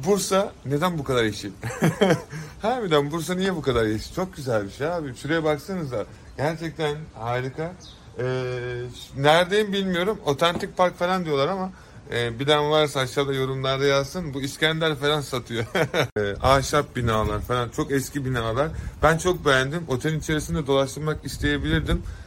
Bursa neden bu kadar yeşil? Harbiden Bursa niye bu kadar yeşil? Çok güzel bir şey abi. Şuraya baksanıza. Gerçekten harika. Neredeyim bilmiyorum. Otentik Park falan diyorlar ama bilen varsa aşağıda yorumlarda yazsın. Bu İskender falan satıyor. Ahşap binalar falan. Çok eski binalar. Ben çok beğendim. Otelin içerisinde dolaştırmak isteyebilirdim.